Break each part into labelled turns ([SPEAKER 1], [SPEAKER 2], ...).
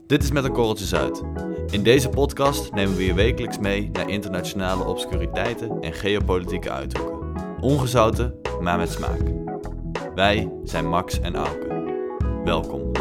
[SPEAKER 1] Dit is Met een Korreltje Zuid. In deze podcast nemen we je wekelijks mee naar internationale obscuriteiten en geopolitieke uithoeken. Ongezouten, maar met smaak. Wij zijn Max en Auke. Welkom.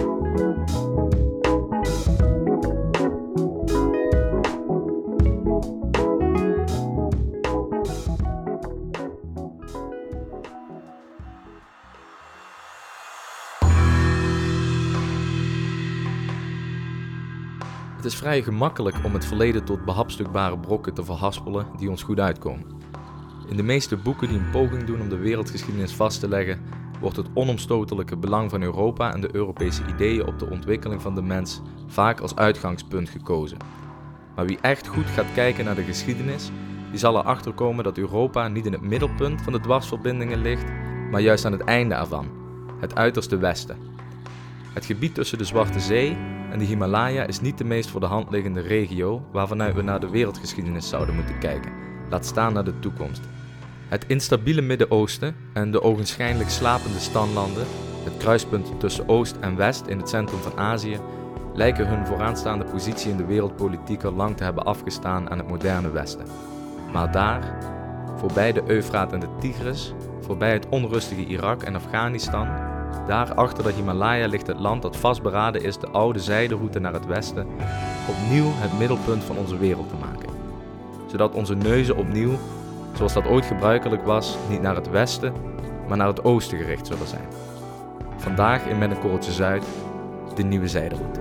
[SPEAKER 2] Het is vrij gemakkelijk om het verleden tot behapstukbare brokken te verhaspelen die ons goed uitkomen. In de meeste boeken die een poging doen om de wereldgeschiedenis vast te leggen, wordt het onomstotelijke belang van Europa en de Europese ideeën op de ontwikkeling van de mens vaak als uitgangspunt gekozen. Maar wie echt goed gaat kijken naar de geschiedenis, die zal erachter komen dat Europa niet in het middelpunt van de dwarsverbindingen ligt, maar juist aan het einde ervan, het uiterste westen. Het gebied tussen de Zwarte Zee en de Himalaya is niet de meest voor de hand liggende regio waarvanuit we naar de wereldgeschiedenis zouden moeten kijken, laat staan naar de toekomst. Het instabiele Midden-Oosten en de ogenschijnlijk slapende Stanlanden, het kruispunt tussen Oost en West in het centrum van Azië, lijken hun vooraanstaande positie in de wereldpolitiek al lang te hebben afgestaan aan het moderne Westen. Maar daar, voorbij de Eufraat en de Tigris, voorbij het onrustige Irak en Afghanistan, daar achter de Himalaya ligt het land dat vastberaden is de oude zijderoute naar het westen opnieuw het middelpunt van onze wereld te maken. Zodat onze neuzen opnieuw, zoals dat ooit gebruikelijk was, niet naar het westen, maar naar het oosten gericht zullen zijn. Vandaag in Met een Korreltje Zuid, de nieuwe zijderoute.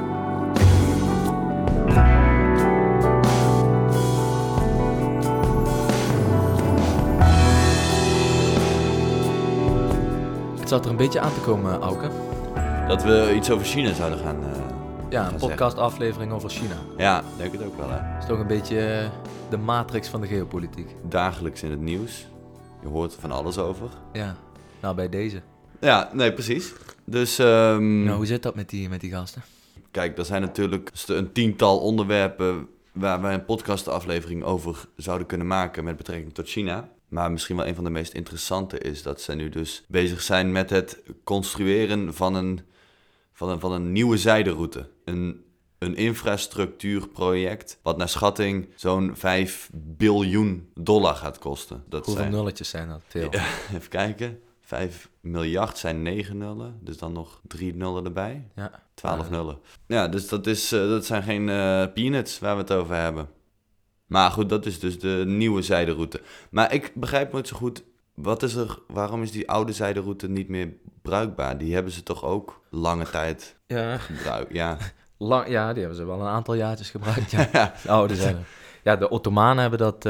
[SPEAKER 2] Het zat er een beetje aan te komen, Auke.
[SPEAKER 1] Dat we iets over China zouden gaan
[SPEAKER 2] Ja, een podcastaflevering over China.
[SPEAKER 1] Ja, denk het ook wel, hè.
[SPEAKER 2] Het is toch een beetje de matrix van de geopolitiek.
[SPEAKER 1] Dagelijks in het nieuws. Je hoort er van alles over.
[SPEAKER 2] Ja, nou bij deze.
[SPEAKER 1] Ja, nee, precies. Dus,
[SPEAKER 2] Nou, hoe zit dat met die gasten?
[SPEAKER 1] kijk, er zijn natuurlijk een tiental onderwerpen waar wij een podcastaflevering over zouden kunnen maken met betrekking tot China. Maar misschien wel een van de meest interessante is dat ze nu dus bezig zijn met het construeren van een nieuwe zijderoute. Een infrastructuurproject wat naar schatting zo'n $5 biljoen gaat kosten.
[SPEAKER 2] Hoeveel nulletjes zijn dat? Veel.
[SPEAKER 1] Ja, even kijken. 5 miljard zijn 9 nullen, dus dan nog 3 nullen erbij.
[SPEAKER 2] Ja.
[SPEAKER 1] 12 nullen. Ja, dus dat zijn geen peanuts waar we het over hebben. Maar goed, dat is dus de nieuwe zijderoute. Maar ik begrijp nooit zo goed, waarom is die oude zijderoute niet meer bruikbaar? Die hebben ze toch ook lange tijd gebruikt? Ja.
[SPEAKER 2] Ja, die hebben ze wel een aantal jaartjes gebruikt. Ja. De oude zijde. Ja, de Ottomanen hebben dat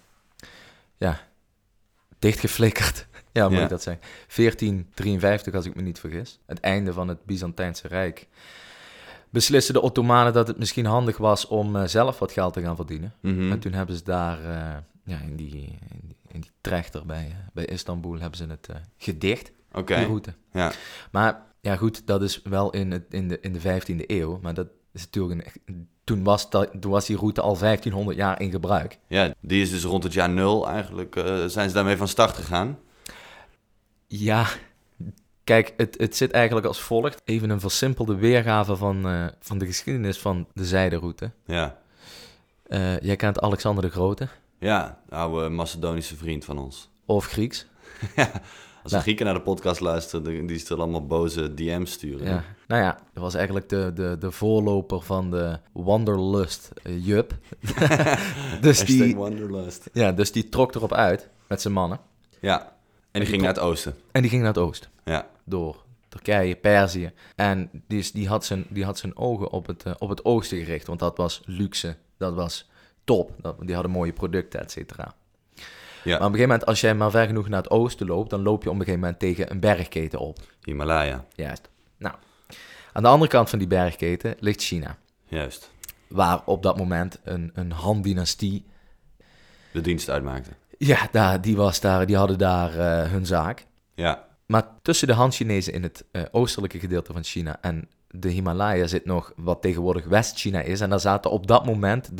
[SPEAKER 2] dichtgeflikkerd. Ja, moet ik dat zeggen. 1453, als ik me niet vergis. Het einde van het Byzantijnse Rijk. Beslissen de Ottomanen dat het misschien handig was om zelf wat geld te gaan verdienen.
[SPEAKER 1] Mm-hmm.
[SPEAKER 2] En toen hebben ze daar, in die trechter bij Istanbul, hebben ze het gedicht, die route.
[SPEAKER 1] Ja.
[SPEAKER 2] Maar ja goed, dat is wel in de 15e eeuw, maar dat is natuurlijk toen was die route al 1500 jaar in gebruik.
[SPEAKER 1] Ja, die is dus rond het jaar 0 eigenlijk, zijn ze daarmee van start gegaan?
[SPEAKER 2] Ja, kijk, het zit eigenlijk als volgt. Even een versimpelde weergave van de geschiedenis van de zijderoute.
[SPEAKER 1] Ja.
[SPEAKER 2] Jij kent Alexander de Grote.
[SPEAKER 1] Ja, de oude Macedonische vriend van ons.
[SPEAKER 2] Of Grieks.
[SPEAKER 1] Ja, als een Grieken naar de podcast luisteren, die zullen allemaal boze DM's sturen.
[SPEAKER 2] Ja. Nou ja, dat was eigenlijk de voorloper van de Wanderlust Jup. Dus
[SPEAKER 1] Wanderlust.
[SPEAKER 2] Ja, dus die trok erop uit met zijn mannen.
[SPEAKER 1] Ja, en die ging naar het oosten.
[SPEAKER 2] En die ging naar het oosten.
[SPEAKER 1] Ja.
[SPEAKER 2] Door Turkije, Perzië. En die had zijn ogen op het oosten gericht, want dat was luxe, dat was top. Die hadden mooie producten, et cetera.
[SPEAKER 1] Ja.
[SPEAKER 2] Maar op een gegeven moment, als jij maar ver genoeg naar het oosten loopt, dan loop je op een gegeven moment tegen een bergketen op.
[SPEAKER 1] Himalaya.
[SPEAKER 2] Juist. Nou, aan de andere kant van die bergketen ligt China.
[SPEAKER 1] Juist.
[SPEAKER 2] Waar op dat moment een Han-dynastie
[SPEAKER 1] de dienst uitmaakte.
[SPEAKER 2] Ja, die hadden daar hun zaak.
[SPEAKER 1] Ja.
[SPEAKER 2] Maar tussen de Han-Chinezen in het oostelijke gedeelte van China en de Himalaya zit nog wat tegenwoordig West-China is. En daar zat op dat moment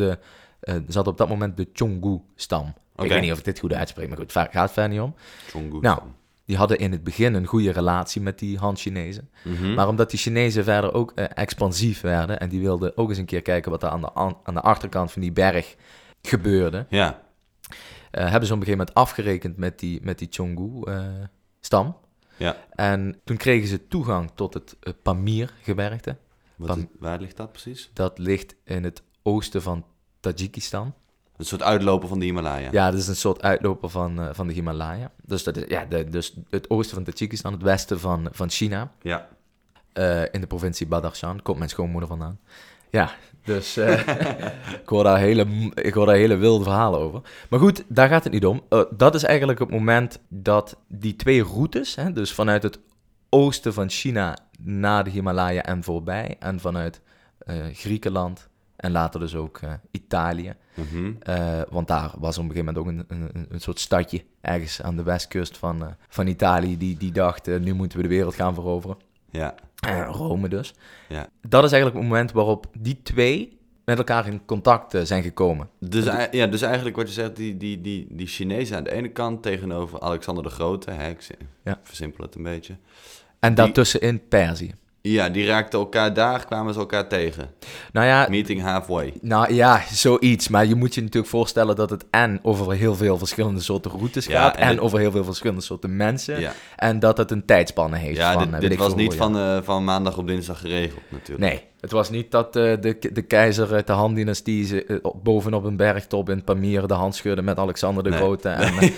[SPEAKER 2] de Chongu-stam. Ik weet niet of ik dit goed uitspreek, maar goed, gaat verder niet om.
[SPEAKER 1] Chongu.
[SPEAKER 2] Nou, Die hadden in het begin een goede relatie met die Han-Chinezen.
[SPEAKER 1] Mhm.
[SPEAKER 2] Maar omdat die Chinezen verder ook expansief werden... en die wilden ook eens een keer kijken wat er aan de achterkant van die berg gebeurde...
[SPEAKER 1] Ja,
[SPEAKER 2] hebben ze op een gegeven moment afgerekend met die Chonggu-stam.
[SPEAKER 1] ja.
[SPEAKER 2] En toen kregen ze toegang tot het Pamir-gebergte.
[SPEAKER 1] Waar ligt dat precies?
[SPEAKER 2] Dat ligt in het oosten van Tajikistan.
[SPEAKER 1] Een soort uitloper van de Himalaya.
[SPEAKER 2] Ja, dat is een soort uitloper van de Himalaya. Dus, dat is, dus het oosten van Tajikistan, het westen van China.
[SPEAKER 1] Ja.
[SPEAKER 2] In de provincie Badakhshan. Komt mijn schoonmoeder vandaan. Ja, dus ik hoor daar hele wilde verhalen over. Maar goed, daar gaat het niet om. Dat is eigenlijk het moment dat die twee routes, hè, dus vanuit het oosten van China naar de Himalaya en voorbij, en vanuit Griekenland en later dus ook Italië.
[SPEAKER 1] Mhm.
[SPEAKER 2] Want daar was op een gegeven moment ook een soort stadje ergens aan de westkust van Italië die dacht, nu moeten we de wereld gaan veroveren.
[SPEAKER 1] Ja.
[SPEAKER 2] Rome dus.
[SPEAKER 1] Ja.
[SPEAKER 2] Dat is eigenlijk het moment waarop die twee met elkaar in contact zijn gekomen.
[SPEAKER 1] Dus eigenlijk wat je zegt, die Chinezen aan de ene kant tegenover Alexander de Grote, hè, ik versimpel het een beetje.
[SPEAKER 2] En daartussenin Perzië.
[SPEAKER 1] Ja, die raakten elkaar, daar kwamen ze elkaar tegen.
[SPEAKER 2] Nou ja,
[SPEAKER 1] Meeting halfway.
[SPEAKER 2] nou ja, zoiets. Maar je moet je natuurlijk voorstellen dat het en over heel veel verschillende soorten routes
[SPEAKER 1] Ja,
[SPEAKER 2] gaat.
[SPEAKER 1] en
[SPEAKER 2] En over heel veel verschillende soorten mensen.
[SPEAKER 1] Ja,
[SPEAKER 2] En dat het een tijdspanne heeft.
[SPEAKER 1] ja
[SPEAKER 2] weet
[SPEAKER 1] dit
[SPEAKER 2] ik
[SPEAKER 1] was
[SPEAKER 2] veel
[SPEAKER 1] niet
[SPEAKER 2] hoe, ja.
[SPEAKER 1] van maandag op dinsdag geregeld natuurlijk.
[SPEAKER 2] Nee, het was niet dat de keizer uit de Han-dynastie bovenop een bergtop in Pamir de hand schudde met Alexander de
[SPEAKER 1] Nee.
[SPEAKER 2] Grote. En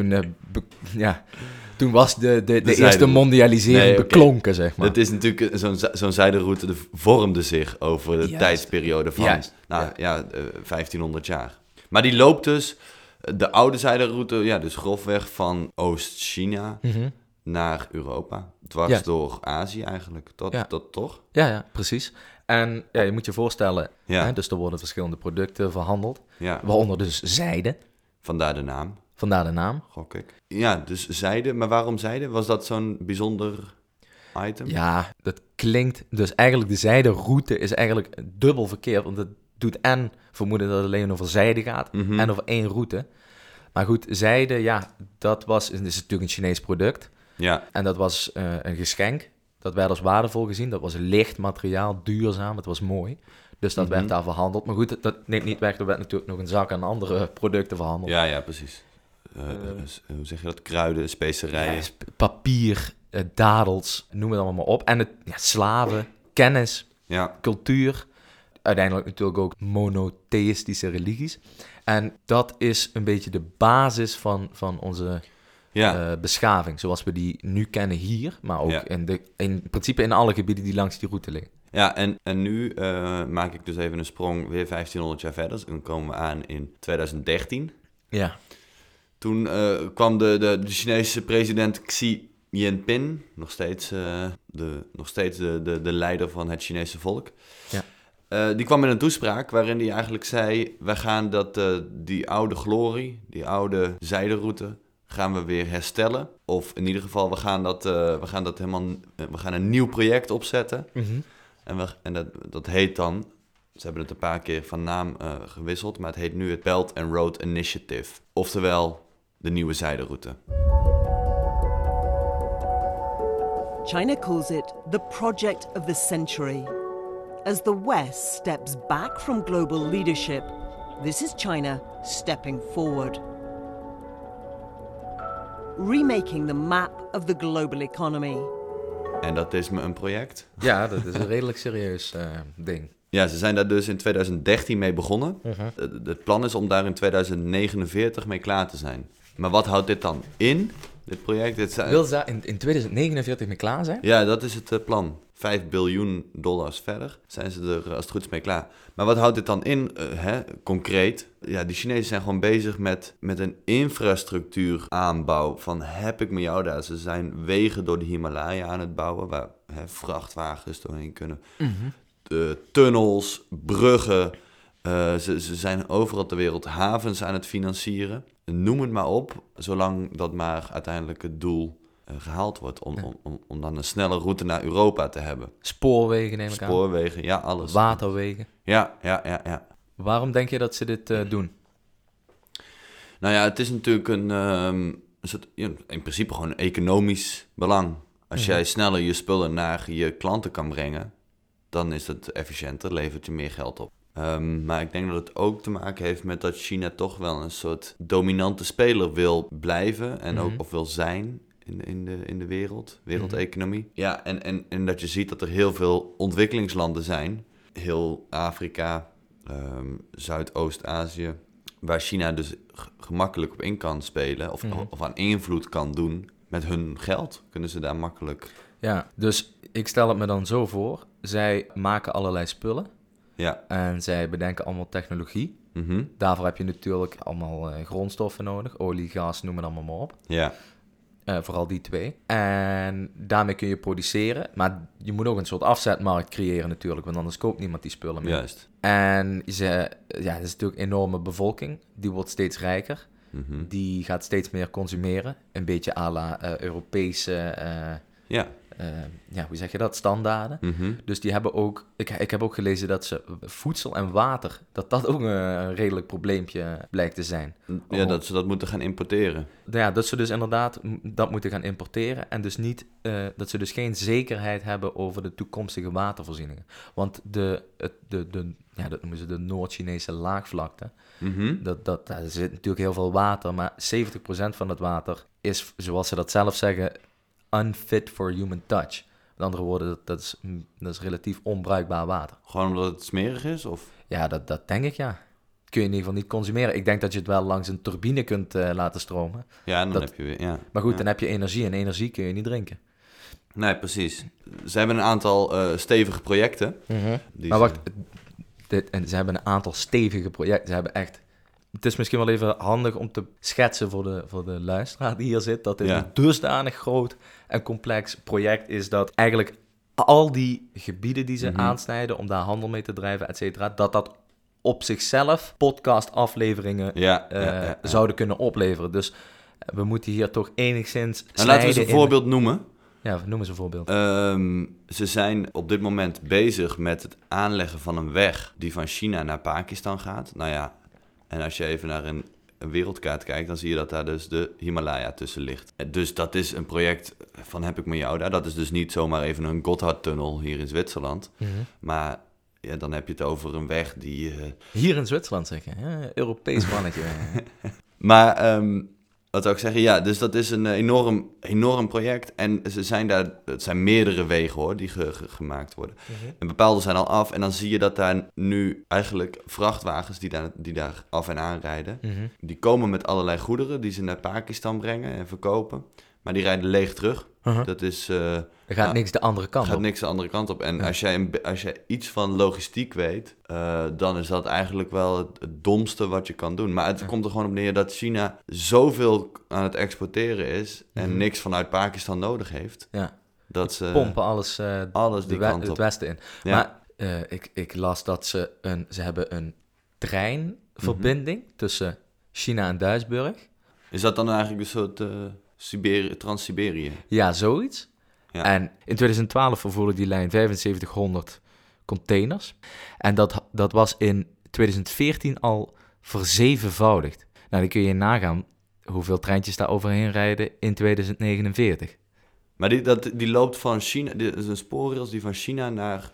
[SPEAKER 2] toen was de eerste
[SPEAKER 1] zijderoute.
[SPEAKER 2] mondialisering
[SPEAKER 1] Nee, oké.
[SPEAKER 2] beklonken, zeg maar.
[SPEAKER 1] Het is natuurlijk zo'n zijderoute, vormde zich over de
[SPEAKER 2] Juist.
[SPEAKER 1] tijdsperiode van
[SPEAKER 2] Juist,
[SPEAKER 1] 1500 jaar. Maar die loopt dus, de oude zijderoute, ja, dus grofweg van Oost-China
[SPEAKER 2] Mhm.
[SPEAKER 1] naar Europa. Dwars
[SPEAKER 2] Ja.
[SPEAKER 1] door Azië eigenlijk,
[SPEAKER 2] Ja.
[SPEAKER 1] dat toch?
[SPEAKER 2] Ja, precies. En ja, je moet je voorstellen,
[SPEAKER 1] Ja.
[SPEAKER 2] hè, dus er worden verschillende producten verhandeld,
[SPEAKER 1] Ja,
[SPEAKER 2] waaronder dus zijde,
[SPEAKER 1] vandaar de naam,
[SPEAKER 2] vandaar de naam.
[SPEAKER 1] gok ik. Ja, dus zijde, maar waarom zijde? Was dat zo'n bijzonder item?
[SPEAKER 2] Ja, dat klinkt, dus eigenlijk de zijderoute is eigenlijk dubbel verkeerd, want het doet en vermoeden dat het alleen over zijde gaat
[SPEAKER 1] Mhm.
[SPEAKER 2] en over één route. Maar goed, zijde, ja, dat is natuurlijk een Chinees product
[SPEAKER 1] Ja,
[SPEAKER 2] en dat was een geschenk. Dat werd als waardevol gezien, dat was licht materiaal, duurzaam, het was mooi. Dus dat
[SPEAKER 1] Mhm.
[SPEAKER 2] werd daar verhandeld. Maar goed, dat neemt niet weg, er werd natuurlijk nog een zak aan andere producten verhandeld.
[SPEAKER 1] ja, precies. Hoe zeg je dat? Kruiden, specerijen.
[SPEAKER 2] Ja, papier, dadels, noem het allemaal maar op. En slaven, kennis,
[SPEAKER 1] Ja,
[SPEAKER 2] cultuur. Uiteindelijk natuurlijk ook monotheïstische religies. En dat is een beetje de basis van onze
[SPEAKER 1] ja.
[SPEAKER 2] beschaving. Zoals we die nu kennen hier. Maar ook
[SPEAKER 1] Ja.
[SPEAKER 2] in principe in alle gebieden die langs die route liggen.
[SPEAKER 1] Ja, en nu maak ik dus even een sprong weer 1500 jaar verder. Dus dan komen we aan in 2013.
[SPEAKER 2] Ja.
[SPEAKER 1] Toen kwam de Chinese president Xi Jinping, nog steeds de leider van het Chinese volk.
[SPEAKER 2] Ja.
[SPEAKER 1] Die kwam met een toespraak waarin hij eigenlijk zei, wij gaan die oude glorie, die oude zijderoute, gaan we weer herstellen. Of in ieder geval, we gaan een nieuw project opzetten.
[SPEAKER 2] Mhm.
[SPEAKER 1] En dat heet dan, ze hebben het een paar keer van naam gewisseld, maar het heet nu het Belt and Road Initiative. Oftewel, de nieuwe zijderoute.
[SPEAKER 3] China calls it the project of the century. As the West steps back from global leadership, this is China stepping forward. Remaking the map of the global economy.
[SPEAKER 1] En dat is me een project.
[SPEAKER 2] Ja, dat is een redelijk serieus ding.
[SPEAKER 1] Ja, ze zijn daar dus in 2013 mee begonnen. Het plan is om daar in 2049 mee klaar te zijn. Maar wat houdt dit dan in, dit project?
[SPEAKER 2] Wil ze daar in 2049 mee klaar zijn?
[SPEAKER 1] Ja, dat is het plan. $5 biljoen verder zijn ze er als het goed is mee klaar. Maar wat houdt dit dan in, concreet? Ja, die Chinezen zijn gewoon bezig met een infrastructuuraanbouw van heb ik met jou daar. Ze zijn wegen door de Himalaya aan het bouwen waar vrachtwagens doorheen kunnen. Tunnels, bruggen. Ze zijn overal ter wereld havens aan het financieren. Noem het maar op, zolang dat maar uiteindelijk het doel gehaald wordt om dan een snelle route naar Europa te hebben.
[SPEAKER 2] Spoorwegen neem ik aan.
[SPEAKER 1] Spoorwegen, ja, alles.
[SPEAKER 2] Waterwegen.
[SPEAKER 1] Ja.
[SPEAKER 2] Waarom denk je dat ze dit doen?
[SPEAKER 1] Nou ja, het is natuurlijk in principe gewoon een economisch belang. Als jij sneller je spullen naar je klanten kan brengen, dan is het efficiënter, levert je meer geld op. Maar ik denk dat het ook te maken heeft met dat China toch wel een soort dominante speler wil blijven en ook of wil zijn in de wereldeconomie. Ja, en dat je ziet dat er heel veel ontwikkelingslanden zijn, heel Afrika, Zuidoost-Azië, waar China dus gemakkelijk op in kan spelen of aan invloed kan doen met hun geld. Kunnen ze daar makkelijk...
[SPEAKER 2] Ja, dus ik stel het me dan zo voor. Zij maken allerlei spullen.
[SPEAKER 1] Ja.
[SPEAKER 2] En zij bedenken allemaal technologie. Daarvoor heb je natuurlijk allemaal grondstoffen nodig. Olie, gas, noem het allemaal maar op.
[SPEAKER 1] Ja.
[SPEAKER 2] Vooral die twee. En daarmee kun je produceren. Maar je moet ook een soort afzetmarkt creëren natuurlijk. Want anders koopt niemand die spullen meer.
[SPEAKER 1] Juist.
[SPEAKER 2] En er is natuurlijk een enorme bevolking. Die wordt steeds rijker. Die gaat steeds meer consumeren. Een beetje à la Europese... hoe zeg je dat? Standaarden. Dus die hebben ook... Ik heb ook gelezen dat ze voedsel en water... dat ook een redelijk probleempje blijkt te zijn.
[SPEAKER 1] Ja, dat ze dat moeten gaan importeren.
[SPEAKER 2] Ja, dat ze dus inderdaad dat moeten gaan importeren. En dus niet... dat ze dus geen zekerheid hebben over de toekomstige watervoorzieningen. Want dat noemen ze de Noord-Chinese laagvlakte. Daar zit natuurlijk heel veel water. Maar 70% van het water is, zoals ze dat zelf zeggen... unfit for human touch. Met andere woorden, dat is relatief onbruikbaar water.
[SPEAKER 1] Gewoon omdat het smerig is? Of?
[SPEAKER 2] Ja, dat denk ik, ja. Kun je in ieder geval niet consumeren. Ik denk dat je het wel langs een turbine kunt laten stromen.
[SPEAKER 1] Ja, en dan heb je weer... Ja.
[SPEAKER 2] Maar goed, dan heb je energie en energie kun je niet drinken.
[SPEAKER 1] Nee, precies. Ze hebben een aantal stevige projecten.
[SPEAKER 2] Maar wacht, ze hebben een aantal stevige projecten. Ze hebben echt... Het is misschien wel even handig om te schetsen voor de luisteraar die hier zit... dat dit een dusdanig groot en complex project is... dat eigenlijk al die gebieden die ze aansnijden... om daar handel mee te drijven, et cetera... dat op zichzelf podcastafleveringen zouden kunnen opleveren. Dus we moeten hier toch enigszins
[SPEAKER 1] en laten we eens een voorbeeld noemen.
[SPEAKER 2] Ja, noem eens een voorbeeld.
[SPEAKER 1] Ze zijn op dit moment bezig met het aanleggen van een weg... die van China naar Pakistan gaat. Nou ja... En als je even naar een wereldkaart kijkt, dan zie je dat daar dus de Himalaya tussen ligt. Dus dat is een project van Heb ik met jou daar. Dat is dus niet zomaar even een Gotthardtunnel hier in Zwitserland. Maar ja, dan heb je het over een weg die...
[SPEAKER 2] Hier in Zwitserland zeg je, Europees mannetje.
[SPEAKER 1] Maar wat zou ik zeggen? Ja, dus dat is een enorm project. En ze zijn het zijn meerdere wegen hoor, die gemaakt worden. En bepaalde zijn al af. En dan zie je dat daar nu eigenlijk vrachtwagens die daar af en aan rijden... die komen met allerlei goederen die ze naar Pakistan brengen en verkopen. Maar die rijden leeg terug. Dat is...
[SPEAKER 2] er gaat niks de andere kant op.
[SPEAKER 1] Gaat niks de andere kant op. En als jij iets van logistiek weet, dan is dat eigenlijk wel het domste wat je kan doen. Maar het komt er gewoon op neer dat China zoveel aan het exporteren is en niks vanuit Pakistan nodig heeft.
[SPEAKER 2] Ja.
[SPEAKER 1] Dat ze
[SPEAKER 2] pompen alles
[SPEAKER 1] die kant op.
[SPEAKER 2] het westen in. Ja. Maar ik las dat ze hebben een treinverbinding tussen China en Duisburg.
[SPEAKER 1] Is dat dan eigenlijk een soort Trans-Siberië?
[SPEAKER 2] Ja, zoiets.
[SPEAKER 1] Ja.
[SPEAKER 2] En in 2012 vervoerde die lijn 7500 containers. En dat was in 2014 al verzevenvoudigd. Nou, dan kun je nagaan hoeveel treintjes daar overheen rijden in 2049.
[SPEAKER 1] Maar die loopt van China... Dit is een spoorrails die van China naar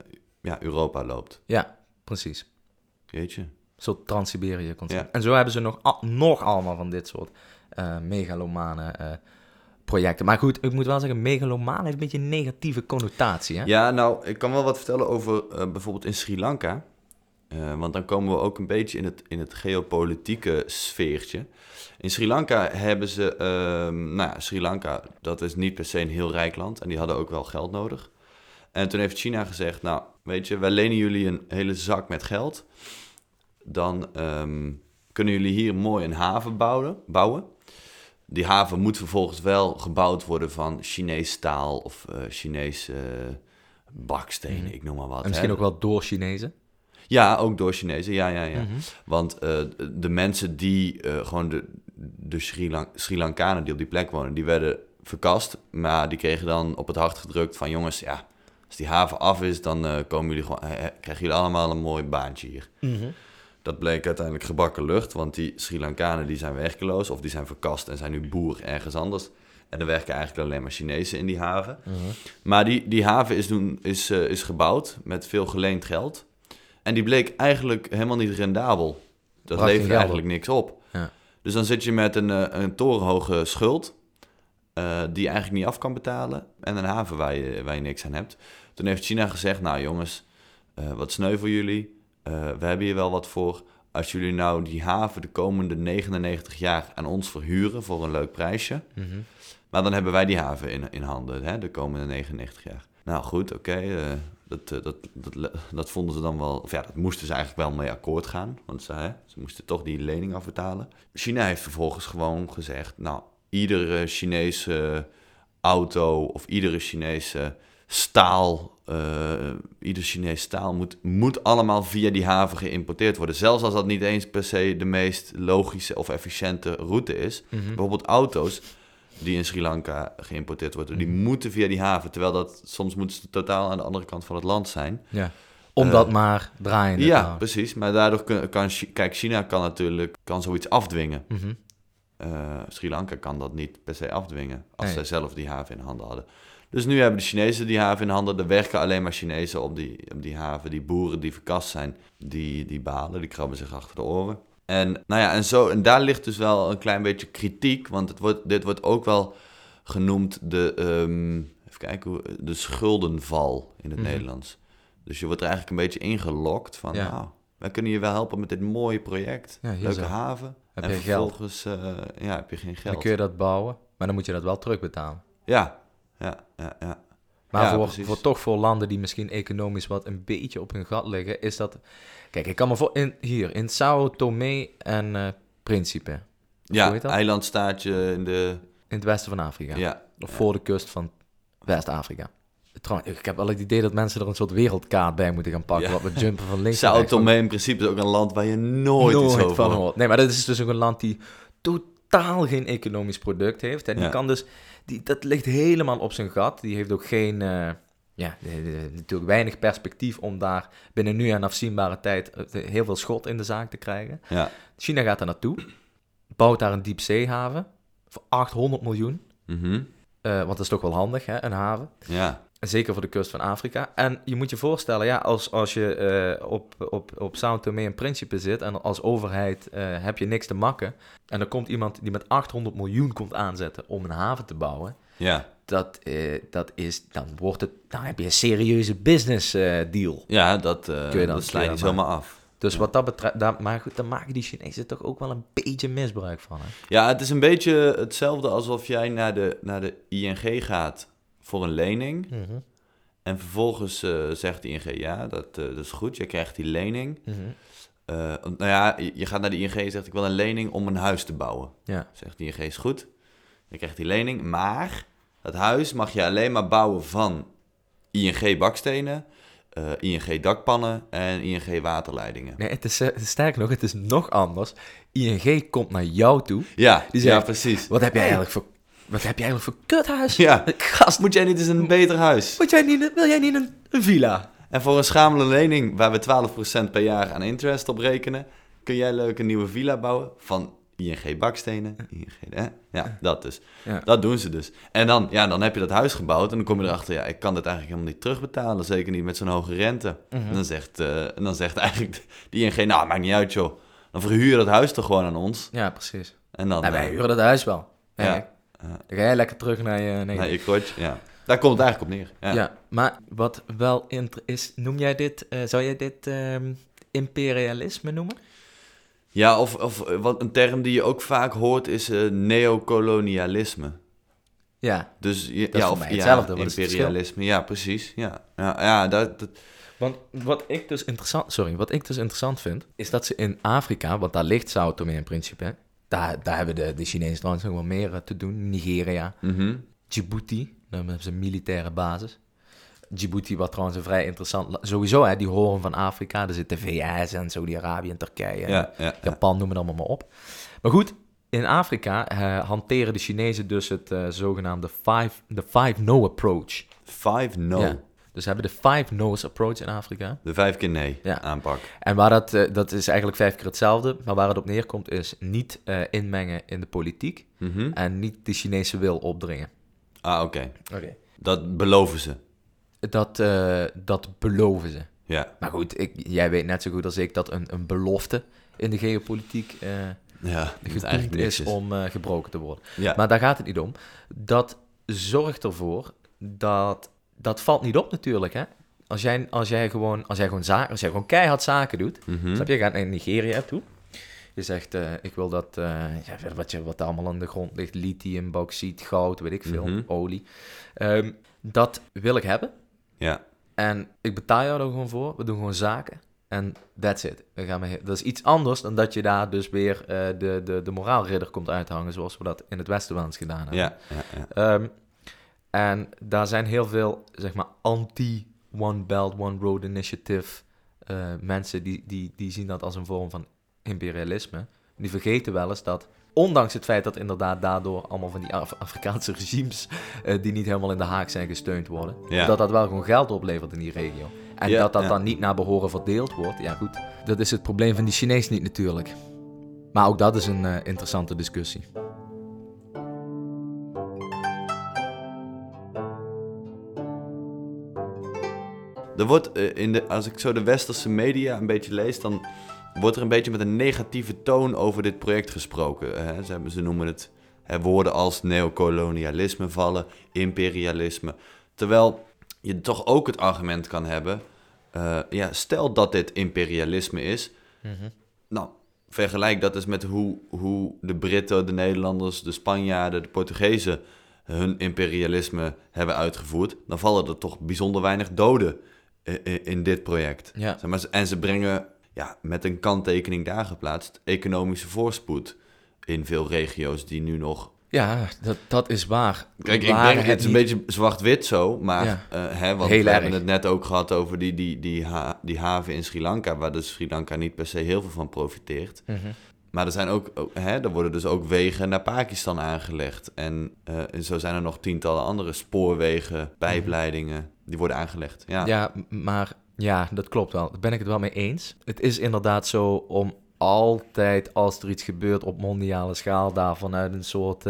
[SPEAKER 1] Europa loopt.
[SPEAKER 2] Ja, precies.
[SPEAKER 1] Jeetje.
[SPEAKER 2] Een soort Trans-Siberië concept.
[SPEAKER 1] Ja.
[SPEAKER 2] En zo hebben ze nog allemaal van dit soort megalomane projecten. Maar goed, ik moet wel zeggen, megalomaan heeft een beetje een negatieve connotatie. Hè?
[SPEAKER 1] Ja, nou, ik kan wel wat vertellen over bijvoorbeeld in Sri Lanka. Want dan komen we ook een beetje in het geopolitieke sfeertje. In Sri Lanka hebben ze... Sri Lanka, dat is niet per se een heel rijk land. En die hadden ook wel geld nodig. En toen heeft China gezegd... Nou, weet je, wij lenen jullie een hele zak met geld. Dan kunnen jullie hier mooi een haven bouwen. Die haven moet vervolgens wel gebouwd worden van Chinees staal of Chinese bakstenen, ik noem maar wat.
[SPEAKER 2] En misschien ook wel door Chinezen?
[SPEAKER 1] Ja, ook door Chinezen, ja. Want de mensen die, gewoon de Sri Lankanen die op die plek wonen, die werden verkast. Maar die kregen dan op het hart gedrukt van jongens, ja, als die haven af is, dan krijgen jullie allemaal een mooi baantje hier. Dat bleek uiteindelijk gebakken lucht, want die Sri Lankanen die zijn werkeloos of die zijn verkast en zijn nu boer ergens anders. En er werken eigenlijk alleen maar Chinezen in die haven. Maar die haven is gebouwd met veel geleend geld. En die bleek eigenlijk helemaal niet rendabel. Dat levert eigenlijk niks op. Ja. Dus dan zit je met een torenhoge schuld die je eigenlijk niet af kan betalen. En een haven waar je niks aan hebt. Toen heeft China gezegd, nou jongens, wat sneu voor jullie. We hebben hier wel wat voor. Als jullie nou die haven de komende 99 jaar aan ons verhuren voor een leuk prijsje. Maar dan hebben wij die haven in handen, hè, de komende 99 jaar. Nou goed, oké. Dat vonden ze dan wel... Of ja, dat moesten ze eigenlijk wel mee akkoord gaan. Want ze moesten toch die lening afbetalen. China heeft vervolgens gewoon gezegd... Nou, iedere Chinese auto of iedere Chinese staal... ieder Chinees staal moet allemaal via die haven geïmporteerd worden. Zelfs als dat niet eens per se de meest logische of efficiënte route is. Bijvoorbeeld auto's die in Sri Lanka geïmporteerd worden, die moeten via die haven. Terwijl dat soms moeten ze totaal aan de andere kant van het land zijn.
[SPEAKER 2] Ja, omdat maar draaiende.
[SPEAKER 1] Ja, precies. Maar daardoor kijk, China kan zoiets afdwingen. Sri Lanka kan dat niet per se afdwingen, als zij zelf die haven in handen hadden. Dus nu hebben de Chinezen die haven in handen. Er werken alleen maar Chinezen op die haven. Die boeren die verkast zijn, die balen, die krabben zich achter de oren. En en daar ligt dus wel een klein beetje kritiek, want dit wordt ook wel genoemd de schuldenval in het Nederlands. Dus je wordt er eigenlijk een beetje ingelokt van, nou, wij kunnen je wel helpen met dit mooie project. Leuke haven.
[SPEAKER 2] Heb
[SPEAKER 1] en
[SPEAKER 2] je
[SPEAKER 1] vervolgens heb je geen geld.
[SPEAKER 2] Dan kun je dat bouwen, maar dan moet je dat wel terugbetalen.
[SPEAKER 1] Ja.
[SPEAKER 2] Maar voor landen die misschien economisch wat een beetje op hun gat liggen, is dat... Kijk, ik kan me in Sao Tomé en Principe.
[SPEAKER 1] Ja, eilandstaatje in
[SPEAKER 2] het westen van Afrika.
[SPEAKER 1] Ja.
[SPEAKER 2] Of voor de kust van West-Afrika. Trouwens, ik heb wel het idee dat mensen er een soort wereldkaart bij moeten gaan pakken. Wat we jumpen van links
[SPEAKER 1] Sao Tomé in principe is ook een land waar je nooit iets over
[SPEAKER 2] van hoort. Nee, maar dat is dus ook een land die totaal geen economisch product heeft. En die kan dus... Dat ligt helemaal op zijn gat. Die heeft ook geen... natuurlijk weinig perspectief om daar binnen nu en afzienbare tijd heel veel schot in de zaak te krijgen. Ja. China gaat daar naartoe, bouwt daar een diepzeehaven voor 800 miljoen. Want dat is toch wel handig, hè, een haven. Ja. Zeker voor de kust van Afrika. En je moet je voorstellen, als je op Sao Tomé en Principe zit en als overheid heb je niks te makken. En er komt iemand die met 800 miljoen komt aanzetten om een haven te bouwen. Ja. Dan heb je een serieuze business deal.
[SPEAKER 1] Ja, dat sla je niet zomaar af.
[SPEAKER 2] Dus wat dat betreft, maar goed, dan maken die Chinezen toch ook wel een beetje misbruik van. Hè?
[SPEAKER 1] Ja, het is een beetje hetzelfde alsof jij naar de ING gaat voor een lening. En vervolgens zegt de ING, ja, dat is goed, je krijgt die lening. Je gaat naar de ING en zegt, ik wil een lening om een huis te bouwen. Ja. Zegt de ING, is goed, je krijgt die lening, maar het huis mag je alleen maar bouwen van ING bakstenen, ING dakpannen en ING waterleidingen.
[SPEAKER 2] Nee, het is sterker nog, het is nog anders. ING komt naar jou toe.
[SPEAKER 1] Ja, die zegt, precies.
[SPEAKER 2] Wat heb je eigenlijk voor kuthuis?
[SPEAKER 1] Ja, gast, moet jij niet eens een beter huis?
[SPEAKER 2] Wil jij niet een villa?
[SPEAKER 1] En voor een schamele lening waar we 12% per jaar aan interest op rekenen, kun jij leuk een nieuwe villa bouwen van ING bakstenen. Dat dus. Ja. Dat doen ze dus. En dan heb je dat huis gebouwd en dan kom je erachter, ik kan dit eigenlijk helemaal niet terugbetalen. Zeker niet met zo'n hoge rente. En dan zegt eigenlijk die ING, nou, maakt niet uit joh. Dan verhuur je dat huis toch gewoon aan ons.
[SPEAKER 2] Ja, precies.
[SPEAKER 1] En dan,
[SPEAKER 2] wij huren dat huis wel. Dan ga jij lekker terug naar
[SPEAKER 1] je krotje. Ja. Daar komt het eigenlijk op neer.
[SPEAKER 2] Ja, maar wat wel is, noem jij dit, zou jij dit imperialisme noemen?
[SPEAKER 1] Ja, of wat een term die je ook vaak hoort is neocolonialisme.
[SPEAKER 2] Ja,
[SPEAKER 1] dus
[SPEAKER 2] dat is voor mij hetzelfde.
[SPEAKER 1] Imperialisme, ja, precies.
[SPEAKER 2] Want wat ik dus interessant vind, is dat ze in Afrika, want daar ligt Sao Tomé en Principe, daar hebben de Chinezen trouwens nog wel meer te doen. Nigeria, Djibouti, daar hebben ze een militaire basis. Djibouti, wat trouwens een vrij interessant... Sowieso, hè, die horen van Afrika. Er zitten VS en Saudi-Arabië en Turkije. Japan, noem het allemaal maar op. Maar goed, in Afrika hanteren de Chinezen dus het zogenaamde 5 No approach.
[SPEAKER 1] 5 No?
[SPEAKER 2] Ja. Dus ze hebben de 5 no's approach in Afrika.
[SPEAKER 1] De 5 keer nee
[SPEAKER 2] Ja.
[SPEAKER 1] aanpak.
[SPEAKER 2] En waar dat is eigenlijk 5 keer hetzelfde, maar waar het op neerkomt is niet inmengen in de politiek
[SPEAKER 1] Mhm.
[SPEAKER 2] en niet de Chinese wil opdringen.
[SPEAKER 1] Ah, oké. Dat beloven ze.
[SPEAKER 2] Dat beloven ze.
[SPEAKER 1] Ja.
[SPEAKER 2] Maar goed, jij weet net zo goed als ik dat een belofte in de geopolitiek
[SPEAKER 1] Ja, dat
[SPEAKER 2] gedoemd
[SPEAKER 1] eigenlijk niks
[SPEAKER 2] is om gebroken te worden.
[SPEAKER 1] Ja.
[SPEAKER 2] Maar daar gaat het niet om. Dat zorgt ervoor dat valt niet op natuurlijk, hè. Als jij gewoon keihard zaken doet,
[SPEAKER 1] Mhm.
[SPEAKER 2] snap je, je gaat naar Nigeria toe. Je zegt, ik wil dat, wat allemaal aan de grond ligt, lithium, bauxiet, goud, weet ik veel,
[SPEAKER 1] Mhm.
[SPEAKER 2] olie. Dat wil ik hebben.
[SPEAKER 1] Ja.
[SPEAKER 2] En ik betaal jou er gewoon voor. We doen gewoon zaken. En that's it. Dat is iets anders dan dat je daar dus weer de moraalridder komt uithangen, zoals we dat in het Westen wel eens gedaan hebben.
[SPEAKER 1] Ja. Ja.
[SPEAKER 2] En daar zijn heel veel, zeg maar, anti-One Belt, One Road Initiative mensen die zien dat als een vorm van imperialisme. Die vergeten wel eens dat, ondanks het feit dat inderdaad daardoor allemaal van die Afrikaanse regimes die niet helemaal in de haak zijn gesteund worden,
[SPEAKER 1] Ja.
[SPEAKER 2] dat wel gewoon geld oplevert in die regio. En
[SPEAKER 1] Ja,
[SPEAKER 2] dat
[SPEAKER 1] ja.
[SPEAKER 2] dan niet naar behoren verdeeld wordt, ja goed, dat is het probleem van die Chinezen niet natuurlijk. Maar ook dat is een interessante discussie.
[SPEAKER 1] Er wordt als ik zo de westerse media een beetje lees, dan wordt er een beetje met een negatieve toon over dit project gesproken. Ze noemen het woorden als neocolonialisme vallen, imperialisme. Terwijl je toch ook het argument kan hebben, stel dat dit imperialisme is, nou, vergelijk dat eens met hoe de Britten, de Nederlanders, de Spanjaarden, de Portugezen hun imperialisme hebben uitgevoerd. Dan vallen er toch bijzonder weinig doden in dit project.
[SPEAKER 2] Ja.
[SPEAKER 1] Zeg maar, en ze brengen, met een kanttekening daar geplaatst, economische voorspoed in veel regio's die nu nog...
[SPEAKER 2] Ja, dat is waar.
[SPEAKER 1] Kijk, ik denk, het is een beetje zwart-wit zo, maar want
[SPEAKER 2] Heel
[SPEAKER 1] we
[SPEAKER 2] erg.
[SPEAKER 1] hebben het net ook gehad over die haven in Sri Lanka, waar dus Sri Lanka niet per se heel veel van profiteert. Maar er zijn er worden dus ook wegen naar Pakistan aangelegd. En zo zijn er nog tientallen andere spoorwegen, pijpleidingen, die worden aangelegd. Ja.
[SPEAKER 2] Ja, dat klopt wel. Daar ben ik het wel mee eens. Het is inderdaad zo om altijd, als er iets gebeurt op mondiale schaal, daar vanuit een soort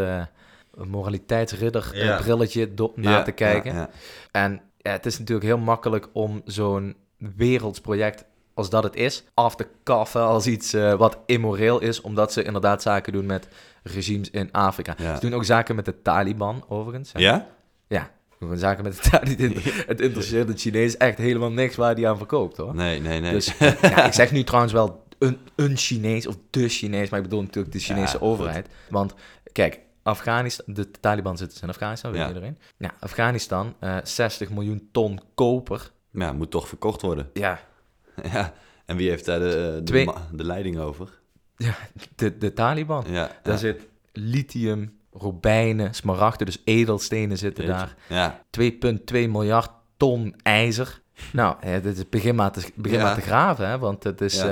[SPEAKER 2] moraliteitsridder brilletje na te kijken.
[SPEAKER 1] Ja.
[SPEAKER 2] En het is natuurlijk heel makkelijk om zo'n werelds project als dat het is, af te kaffen als iets wat immoreel is, omdat ze inderdaad zaken doen met regimes in Afrika.
[SPEAKER 1] Ja.
[SPEAKER 2] Ze doen ook zaken met de Taliban, overigens.
[SPEAKER 1] Ja?
[SPEAKER 2] Ja, gewoon zaken met de Taliban. Het interesseert de Chinees echt helemaal niks waar die aan verkoopt, hoor.
[SPEAKER 1] Nee.
[SPEAKER 2] Dus ik zeg nu trouwens wel een Chinees of de Chinees, maar ik bedoel natuurlijk de Chinese overheid. Want kijk, Afghanistan, de Taliban zitten in Afghanistan, weet iedereen. Ja, Afghanistan, 60 miljoen ton koper.
[SPEAKER 1] Ja, moet toch verkocht worden.
[SPEAKER 2] Ja.
[SPEAKER 1] Ja, en wie heeft daar de leiding over?
[SPEAKER 2] Ja, de Taliban.
[SPEAKER 1] Ja,
[SPEAKER 2] Daar zit lithium, robijnen, smaragden, dus edelstenen zitten daar.
[SPEAKER 1] Ja.
[SPEAKER 2] 2,2 miljard ton ijzer. Nou, dit is begin maar te graven, hè, want het is...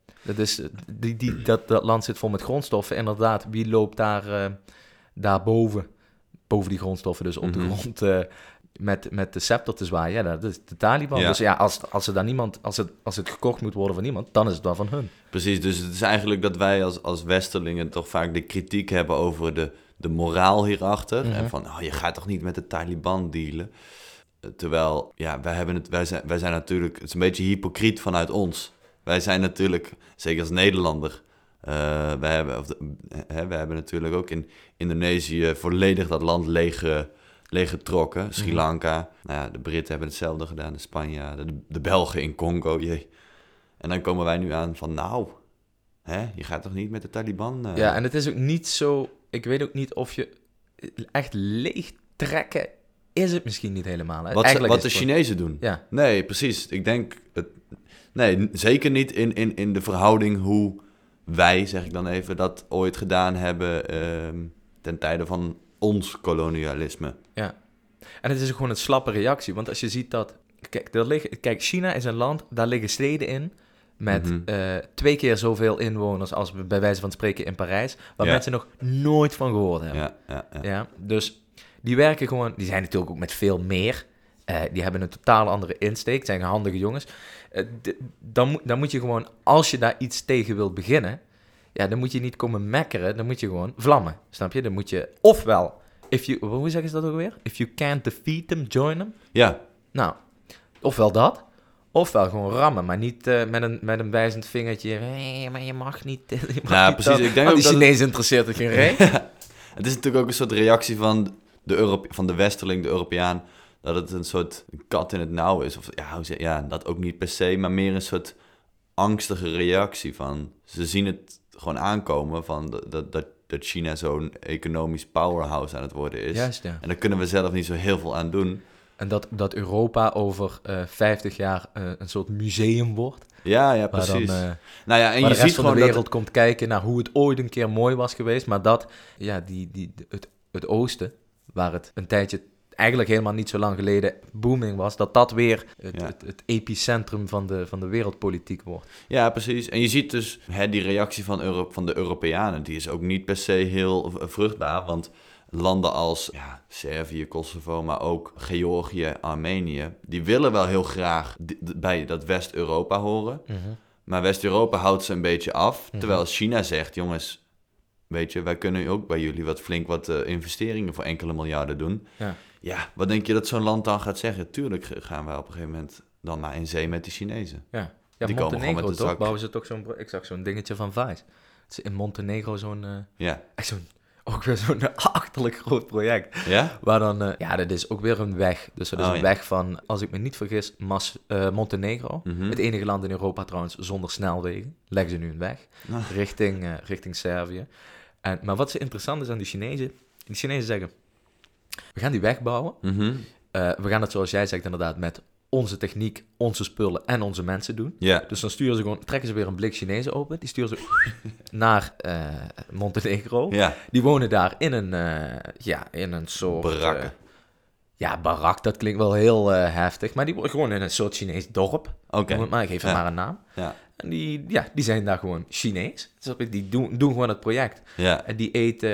[SPEAKER 2] Dat land zit vol met grondstoffen. Inderdaad, wie loopt daarboven? Boven die grondstoffen, dus op de grond met de scepter te zwaaien. Ja, dat is de Taliban.
[SPEAKER 1] Ja.
[SPEAKER 2] Dus ja, als het gekocht moet worden van iemand, dan is het wel van hun.
[SPEAKER 1] Precies, dus het is eigenlijk dat wij als Westerlingen toch vaak de kritiek hebben over de moraal hierachter. En van, je gaat toch niet met de Taliban dealen? Terwijl, wij zijn natuurlijk... Het is een beetje hypocriet vanuit ons. Wij zijn natuurlijk, zeker als Nederlander... wij hebben natuurlijk ook in Indonesië volledig dat land leeggetrokken. Sri Lanka, de Britten hebben hetzelfde gedaan, de Spanjaarden, de Belgen in Congo. Jee. En dan komen wij nu aan van, je gaat toch niet met de Taliban?
[SPEAKER 2] Ja, en het is ook niet zo... Ik weet ook niet of je echt leeg trekken is het misschien niet helemaal. Hè?
[SPEAKER 1] Wat de Chinezen doen?
[SPEAKER 2] Ja.
[SPEAKER 1] Nee, precies. Ik denk... Nee, zeker niet in de verhouding hoe wij, zeg ik dan even, dat ooit gedaan hebben ten tijde van ons kolonialisme.
[SPEAKER 2] Ja. En het is ook gewoon een slappe reactie. Want als je ziet dat... Kijk, China is een land, daar liggen steden in met 2 keer zoveel inwoners als bij wijze van spreken in Parijs, waar mensen nog nooit van gehoord hebben.
[SPEAKER 1] Ja.
[SPEAKER 2] Ja, dus die werken gewoon... Die zijn natuurlijk ook met veel meer Die hebben een totaal andere insteek. Het zijn handige jongens. Dan moet je gewoon, als je daar iets tegen wilt beginnen, ja, dan moet je niet komen mekkeren. Dan moet je gewoon vlammen. Snap je? Dan moet je, ofwel, hoe zeggen ze dat ook weer? If you can't defeat them, join them.
[SPEAKER 1] Ja.
[SPEAKER 2] Nou, ofwel dat, ofwel gewoon rammen, maar niet met een wijzend vingertje. Maar je mag niet.
[SPEAKER 1] Precies.
[SPEAKER 2] Dat.
[SPEAKER 1] Ik denk
[SPEAKER 2] Want
[SPEAKER 1] ook
[SPEAKER 2] die
[SPEAKER 1] dat
[SPEAKER 2] Chinezen interesseert het geen reet.
[SPEAKER 1] het is natuurlijk ook een soort reactie van de westerling, de Europeaan, dat het een soort kat in het nauw is. Of dat ook niet per se, maar meer een soort angstige reactie van. Ze zien het gewoon aankomen van dat China zo'n economisch powerhouse aan het worden is.
[SPEAKER 2] Juist, ja.
[SPEAKER 1] En daar kunnen we zelf niet zo heel veel aan doen.
[SPEAKER 2] En dat Europa over 50 jaar een soort museum wordt.
[SPEAKER 1] Ja, precies.
[SPEAKER 2] Dan,
[SPEAKER 1] en
[SPEAKER 2] waar
[SPEAKER 1] je
[SPEAKER 2] de rest
[SPEAKER 1] ziet
[SPEAKER 2] van
[SPEAKER 1] gewoon
[SPEAKER 2] de wereld komt kijken naar hoe het ooit een keer mooi was geweest. Maar dat, ja, het oosten, waar het een tijdje eigenlijk helemaal niet zo lang geleden booming was, dat weer het epicentrum van de wereldpolitiek wordt.
[SPEAKER 1] Ja, precies. En je ziet dus die reactie van de Europeanen, die is ook niet per se heel vruchtbaar, want landen als Servië, Kosovo, maar ook Georgië, Armenië, die willen wel heel graag bij dat West-Europa horen. Mm-hmm. Maar West-Europa houdt ze een beetje af, mm-hmm. Terwijl China zegt, jongens, weet je, wij kunnen ook bij jullie flink wat investeringen voor enkele miljarden doen. Ja, wat denk je dat zo'n land dan gaat zeggen? Tuurlijk gaan wij op een gegeven moment dan maar in zee met die Chinezen.
[SPEAKER 2] Ja,
[SPEAKER 1] die
[SPEAKER 2] Montenegro toch? Bouwen ze toch ik zag zo'n dingetje van Vice. Het is in Montenegro echt ook weer zo'n achterlijk groot project.
[SPEAKER 1] Ja?
[SPEAKER 2] Waar dan, dat is ook weer een weg. Dus dat is een weg van, als ik me niet vergis, Montenegro. Mm-hmm. Het enige land in Europa trouwens zonder snelwegen. Leggen ze nu een weg richting Servië. Maar wat zo interessant is aan die Chinezen zeggen, we gaan die weg bouwen. Mm-hmm. We gaan het, zoals jij zegt, inderdaad met onze techniek, onze spullen en onze mensen doen.
[SPEAKER 1] Yeah.
[SPEAKER 2] Dus dan trekken ze weer een blik Chinezen open. Die sturen ze naar Montenegro. Yeah. Die wonen daar in een soort...
[SPEAKER 1] Barakken.
[SPEAKER 2] Barak, dat klinkt wel heel heftig. Maar die wonen gewoon in een soort Chinees dorp.
[SPEAKER 1] Okay.
[SPEAKER 2] Maar ik geef hem maar een naam. Ja. En die zijn daar gewoon Chinees. Dus die doen gewoon het project.
[SPEAKER 1] Ja.
[SPEAKER 2] En die eten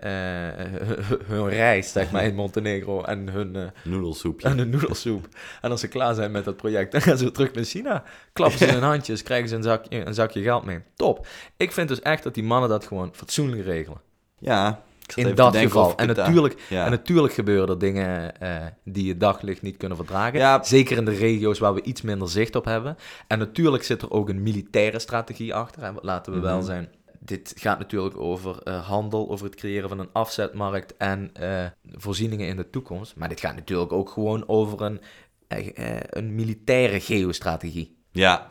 [SPEAKER 2] hun rijst, zeg maar, in Montenegro en hun
[SPEAKER 1] noedelsoepje.
[SPEAKER 2] En hun noedelsoep. En als ze klaar zijn met dat project, dan gaan ze terug naar China. Klappen ze in hun handjes, krijgen ze een zakje geld mee. Top. Ik vind dus echt dat die mannen dat gewoon fatsoenlijk regelen.
[SPEAKER 1] Ja.
[SPEAKER 2] In dat geval. En natuurlijk gebeuren er dingen die het daglicht niet kunnen verdragen. Ja. Zeker in de regio's waar we iets minder zicht op hebben. En natuurlijk zit er ook een militaire strategie achter. En laten we wel zijn. Dit gaat natuurlijk over handel, over het creëren van een afzetmarkt en voorzieningen in de toekomst. Maar dit gaat natuurlijk ook gewoon over een militaire geostrategie.
[SPEAKER 1] Ja.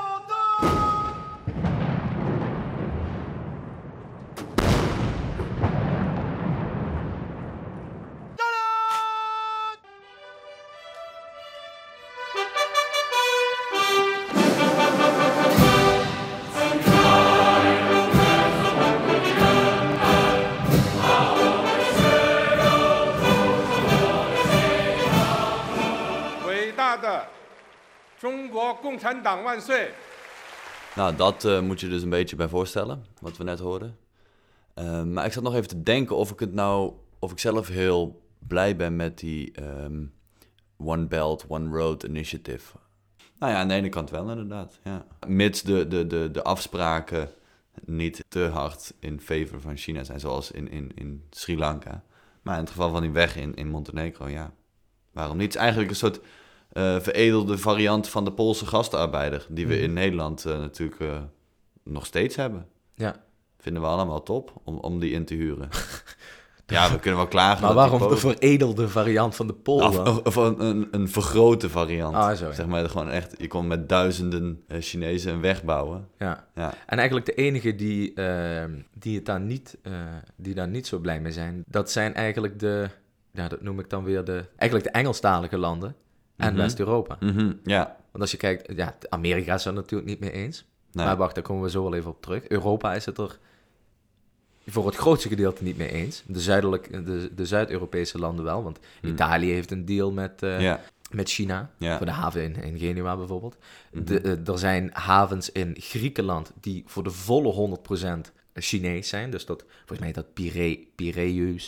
[SPEAKER 1] Nou, dat moet je dus een beetje bij voorstellen, wat we net hoorden. Maar ik zat nog even te denken of ik zelf heel blij ben met die One Belt, One Road Initiative. Nou ja, aan de ene kant wel inderdaad, ja. Mits de afspraken niet te hard in favor van China zijn, zoals in Sri Lanka. Maar in het geval van die weg in Montenegro, ja, waarom niet? Het is eigenlijk een soort veredelde variant van de Poolse gastarbeider, die we in Nederland natuurlijk nog steeds hebben.
[SPEAKER 2] Ja.
[SPEAKER 1] Vinden we allemaal top om die in te huren. Ja, we kunnen wel klagen.
[SPEAKER 2] Maar waarom de veredelde variant van de Pool?
[SPEAKER 1] Of een vergrote variant.
[SPEAKER 2] Ah, zo, ja.
[SPEAKER 1] Zeg maar gewoon echt, je kon met duizenden Chinezen een weg bouwen.
[SPEAKER 2] Ja. En eigenlijk de enige die daar niet zo blij mee zijn, dat zijn eigenlijk dat noem ik dan weer de Engelstalige landen en West-Europa.
[SPEAKER 1] Mm-hmm, ja.
[SPEAKER 2] Want als je kijkt, Amerika is er natuurlijk niet mee eens.
[SPEAKER 1] Nee.
[SPEAKER 2] Maar wacht, daar komen we zo wel even op terug. Europa is het er voor het grootste gedeelte niet mee eens. De Zuid-Europese landen wel, want Italië heeft een deal met China, voor de haven in Genua bijvoorbeeld. Er zijn havens in Griekenland die voor de volle 100% Chinees zijn. Dus volgens mij dat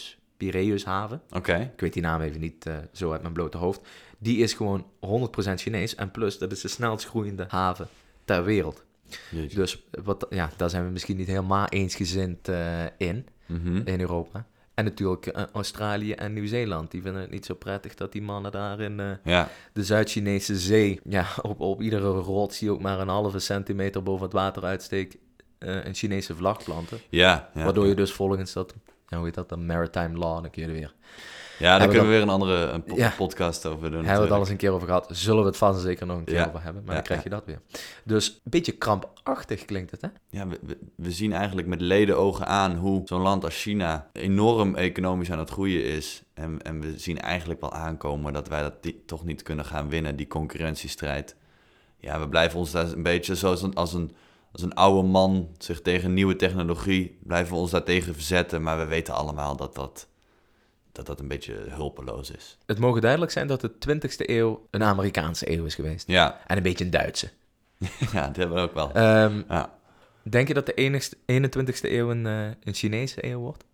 [SPEAKER 2] Piraeushaven.
[SPEAKER 1] Oké.
[SPEAKER 2] Ik weet die naam even niet zo uit mijn blote hoofd. Die is gewoon 100% Chinees. En plus, dat is de snelst groeiende haven ter wereld.
[SPEAKER 1] Jeetje.
[SPEAKER 2] Dus daar zijn we misschien niet helemaal eensgezind in Europa. En natuurlijk Australië en Nieuw-Zeeland. Die vinden het niet zo prettig dat die mannen daar in de Zuid-Chinese zee... Ja, op iedere rots die ook maar een halve centimeter boven het water uitsteekt... een Chinese vlag planten.
[SPEAKER 1] Ja.
[SPEAKER 2] Waardoor je dus volgens dat... hoe heet dat dan? Maritime law, dan kun je er weer...
[SPEAKER 1] Ja, daar kunnen we weer een andere podcast over doen.
[SPEAKER 2] Hebben we het al eens een keer over gehad. Zullen we het vast en zeker nog een keer over hebben. Maar dan krijg je dat weer. Dus een beetje krampachtig klinkt het, hè?
[SPEAKER 1] Ja, we zien eigenlijk met ledenogen aan hoe zo'n land als China enorm economisch aan het groeien is. En we zien eigenlijk wel aankomen dat wij dat toch niet kunnen gaan winnen, die concurrentiestrijd. Ja, we blijven ons daar een beetje zoals als een oude man zich tegen nieuwe technologie, blijven we ons daartegen verzetten. Maar we weten allemaal dat een beetje hulpeloos is.
[SPEAKER 2] Het mogen duidelijk zijn dat de 20e eeuw een Amerikaanse eeuw is geweest.
[SPEAKER 1] Ja.
[SPEAKER 2] En een beetje een Duitse.
[SPEAKER 1] Ja, dat hebben we ook wel.
[SPEAKER 2] Denk je dat de 21e eeuw een Chinese eeuw wordt?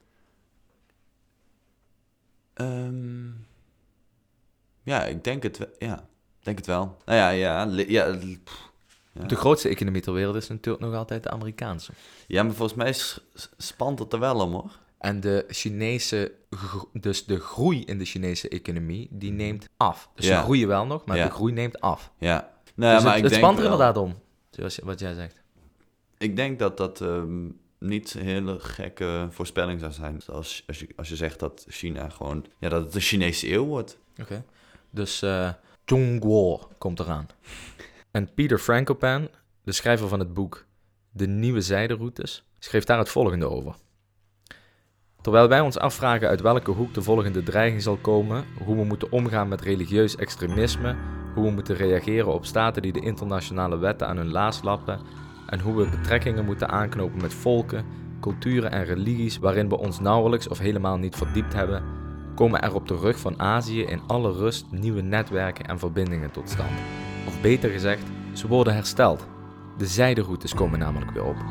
[SPEAKER 1] Ja, ik denk het wel. Ja, denk het wel. Nou ja.
[SPEAKER 2] De grootste economie ter wereld is natuurlijk nog altijd de Amerikaanse.
[SPEAKER 1] Ja, maar volgens mij spant het er wel om, hoor.
[SPEAKER 2] En de groei in de Chinese economie, die neemt af. Dus ze groeien wel nog, maar de groei neemt af.
[SPEAKER 1] Ja.
[SPEAKER 2] Nou, dus maar het spant er inderdaad om, zoals wat jij zegt.
[SPEAKER 1] Ik denk dat dat niet een hele gekke voorspelling zou zijn. Als je zegt dat China gewoon... Ja, dat het een Chinese eeuw wordt.
[SPEAKER 2] Oké. Dus Zhongguo komt eraan. En Peter Frankopan, de schrijver van het boek De Nieuwe Zijderoutes, schreef daar het volgende over. Terwijl wij ons afvragen uit welke hoek de volgende dreiging zal komen, hoe we moeten omgaan met religieus extremisme, hoe we moeten reageren op staten die de internationale wetten aan hun laars lappen en hoe we betrekkingen moeten aanknopen met volken, culturen en religies waarin we ons nauwelijks of helemaal niet verdiept hebben, komen er op de rug van Azië in alle rust nieuwe netwerken en verbindingen tot stand. Of beter gezegd, ze worden hersteld. De zijderoutes komen namelijk weer op.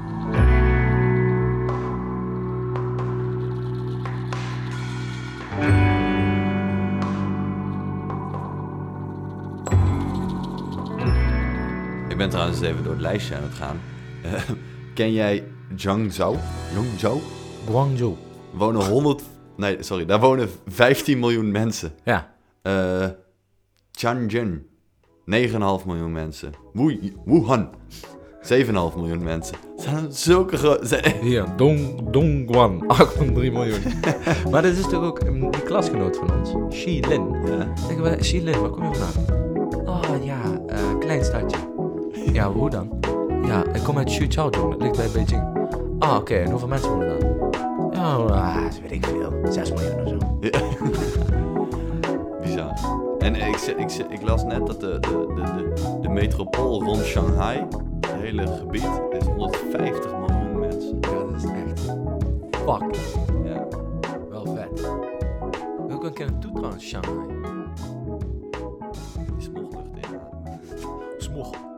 [SPEAKER 1] Ik ben trouwens even door het lijstje aan het gaan. Ken jij Guangzhou?
[SPEAKER 2] Guangzhou.
[SPEAKER 1] Daar wonen 15 miljoen mensen.
[SPEAKER 2] Ja.
[SPEAKER 1] Tianjin, 9,5 miljoen mensen. Wuhan, 7,5 miljoen mensen. Zijn zulke grote...
[SPEAKER 2] Hier, Dongguan, 8,3 miljoen. Maar dat is toch ook een klasgenoot van ons, Xilin.
[SPEAKER 1] Ja.
[SPEAKER 2] Zeggen we, Xilin, waar kom je vandaan? Oh ja, klein stadje. Ja, hoe dan? Ja, ik kom uit Xuchaozhou, dat ligt bij Beijing. Ah, oké, en hoeveel mensen wonen daar? Ja, dat weet ik veel. 6 miljoen of zo.
[SPEAKER 1] Ja. Bizar. En ik las net dat de metropool rond Shanghai, het hele gebied, is 150 miljoen mensen.
[SPEAKER 2] Ja, dat is echt fuck.
[SPEAKER 1] Ja.
[SPEAKER 2] Wel vet. Wil ik een keer naartoe trouwens, Shanghai?
[SPEAKER 1] Die smoglucht inademen.
[SPEAKER 2] Smog.